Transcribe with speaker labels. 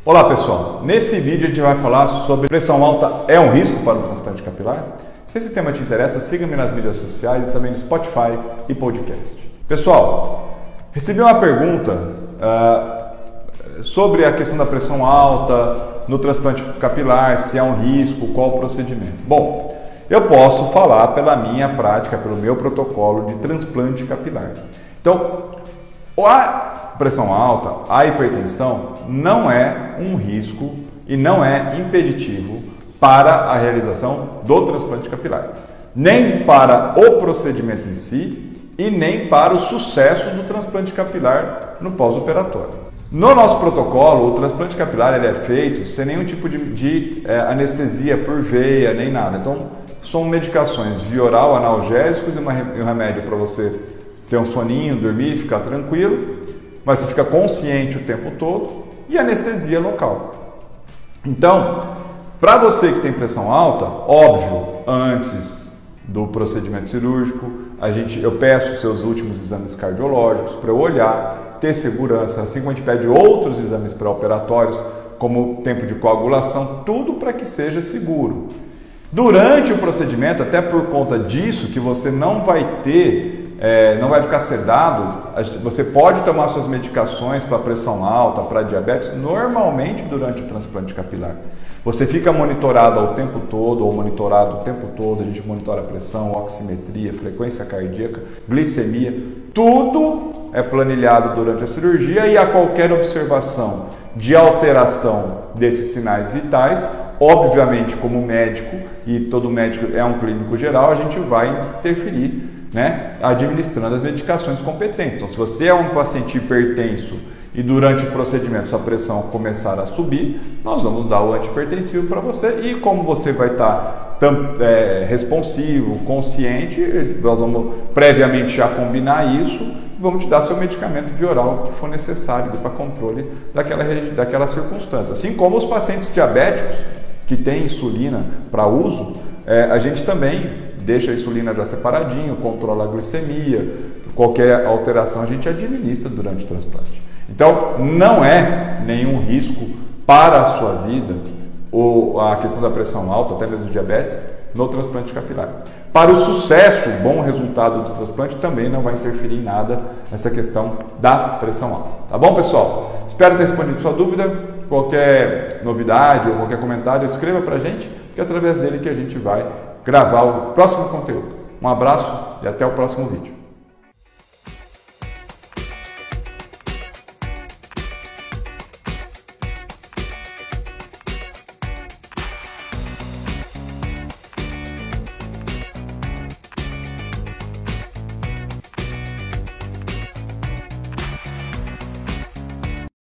Speaker 1: Olá pessoal, nesse vídeo a gente vai falar sobre pressão alta é um risco para o transplante capilar? Se esse tema te interessa, siga-me nas mídias sociais e também no Spotify e podcast. Pessoal, recebi uma pergunta sobre a questão da pressão alta no transplante capilar, se é um risco, qual o procedimento. Bom, eu posso falar pela minha prática, pelo meu protocolo de transplante capilar. Então, a pressão alta, a hipertensão, não é um risco e não é impeditivo para a realização do transplante capilar. Nem para o procedimento em si e nem para o sucesso do transplante capilar no pós-operatório. No nosso protocolo, o transplante capilar ele é feito sem nenhum tipo de anestesia por veia, nem nada. Então, são medicações via oral, analgésicos e um remédio para você ter um soninho, dormir, ficar tranquilo, mas você fica consciente o tempo todo, e anestesia local. Então, para você que tem pressão alta, óbvio, antes do procedimento cirúrgico, eu peço os seus últimos exames cardiológicos para eu olhar, ter segurança, assim como a gente pede outros exames pré-operatórios, como tempo de coagulação, tudo para que seja seguro. Durante o procedimento, até por conta disso, que você não vai não vai ficar sedado, você pode tomar suas medicações para pressão alta, para diabetes, normalmente durante o transplante capilar. Você fica monitorado ao tempo todo, ou monitorado o tempo todo, a gente monitora a pressão, oximetria, frequência cardíaca, glicemia, tudo é planilhado durante a cirurgia e a qualquer observação de alteração desses sinais vitais, obviamente como médico, e todo médico é um clínico geral, a gente vai interferir, administrando as medicações competentes. Então, se você é um paciente hipertenso e durante o procedimento sua pressão começar a subir, nós vamos dar o antihipertensivo para você e como você vai estar responsivo, consciente, nós vamos previamente já combinar isso e vamos te dar seu medicamento via oral que for necessário para controle daquela circunstância. Assim como os pacientes diabéticos que têm insulina para uso, a gente também deixa a insulina já separadinho, controla a glicemia, qualquer alteração a gente administra durante o transplante. Então, não é nenhum risco para a sua vida ou a questão da pressão alta, até mesmo diabetes, no transplante capilar. Para o sucesso, o bom resultado do transplante também não vai interferir em nada nessa questão da pressão alta. Tá bom, pessoal? Espero ter respondido sua dúvida. Qualquer novidade ou qualquer comentário, escreva para a gente, porque é através dele que a gente vai gravar o próximo conteúdo. Um abraço e até o próximo vídeo.